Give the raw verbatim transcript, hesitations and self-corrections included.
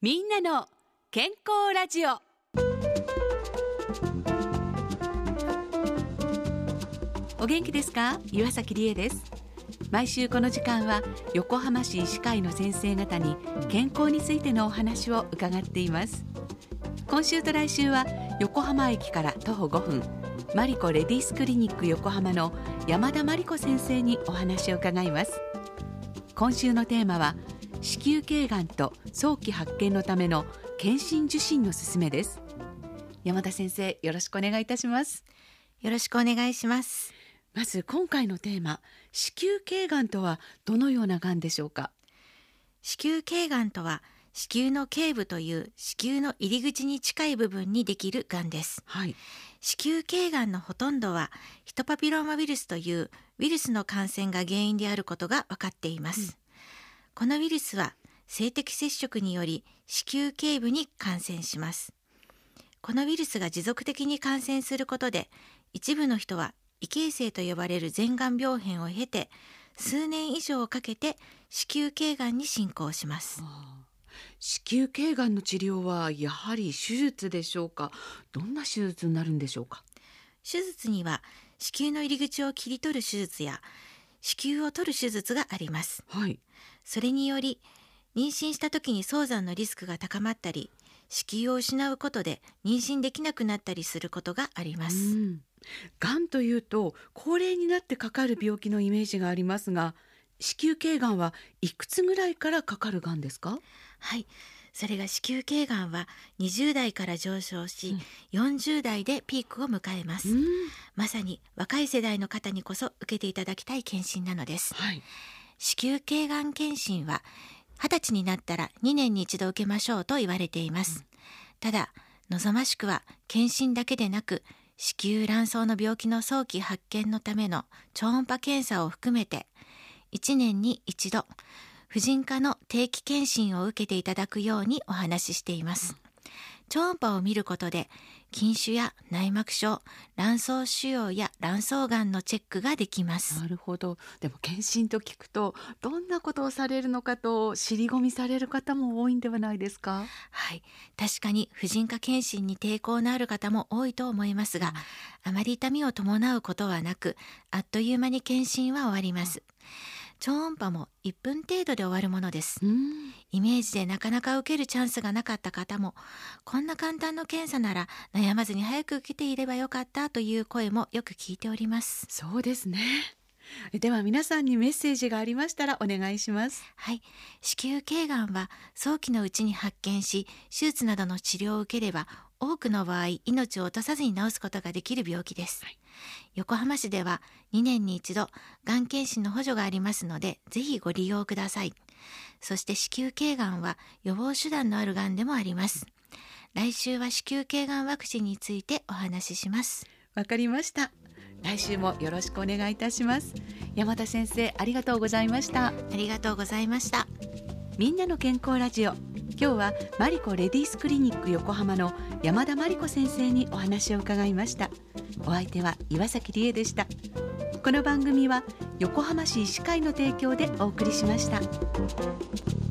みんなの健康ラジオ。お元気ですか？岩崎理恵です。毎週この時間は横浜市医師会の先生方に健康についてのお話を伺っています。今週と来週は横浜駅から徒歩ごふん、マリコレディースクリニック横浜の山田真理子先生にお話を伺います。今週のテーマは子宮頸がんと早期発見のための検診受診のすすめです。山田先生、よろしくお願いいたします。 よろしくお願いします。 まず今回のテーマ、子宮頸がんとはどのようながんでしょうか？ 子宮頸がんとは、子宮の頸部という子宮の入り口に近い部分にできるがんです。 はい、 子宮頸がんのほとんどはヒトパピローマウイルスというウイルスの感染が原因であることが分かっています。うん、このウイルスは性的接触により子宮頸部に感染します。このウイルスが持続的に感染することで、一部の人は異形成と呼ばれる前がん病変を経て、数年以上をかけて子宮頸がんに進行します。 ああ、子宮頸がんの治療はやはり手術でしょうか？どんな手術になるんでしょうか？ 手術には子宮の入り口を切り取る手術や子宮を取る手術があります。 はい、 それにより妊娠した時に早産のリスクが高まったり、子宮を失うことで妊娠できなくなったりすることがあります。 うん、がんというと高齢になってかかる病気のイメージがありますが、子宮頸がんはいくつぐらいからかかるがんですか？ はい、それが子宮頸がんはにじゅう代から上昇し、うん、よんじゅう代でピークを迎えます。うん、まさに若い世代の方にこそ受けていただきたい検診なのです。 はい、 子宮頸がん検診ははたちになったらにねんに一度受けましょうと言われています。うん、ただ望ましくは検診だけでなく、子宮卵巣の病気の早期発見のための超音波検査を含めていちねんに一度婦人科の定期検診を受けていただくようにお話ししています。うん、超音波を見ることで筋腫や内膜症、卵巣腫瘍や卵巣がんのチェックができます。 なるほど。でも検診と聞くとどんなことをされるのかと尻込みされる方も多いんではないですか？ はい、確かに婦人科検診に抵抗のある方も多いと思いますが、うん、あまり痛みを伴うことはなく、あっという間に検診は終わります。うん、超音波もいっぷん程度で終わるものです。うん、イメージでなかなか受けるチャンスがなかった方も、こんな簡単な検査なら悩まずに早く受けていればよかったという声もよく聞いております。 そうですね。では皆さんにメッセージがありましたらお願いします。 はい、子宮頸がんは早期のうちに発見し、手術などの治療を受ければ多くの場合命を落とさずに治すことができる病気です。はい、横浜市ではにねんに一度がん検診の補助がありますので、ぜひご利用ください。そして子宮頸がんは予防手段のあるがんでもあります。来週は子宮頸がんワクチンについてお話しします。 わかりました。来週もよろしくお願いいたします。山田先生、ありがとうございました。 ありがとうございました。 みんなの健康ラジオ。今日はマリコレディースクリニック横浜の山田真理子先生にお話を伺いました。お相手は岩崎理恵でした。この番組は横浜市医師会の提供でお送りしました。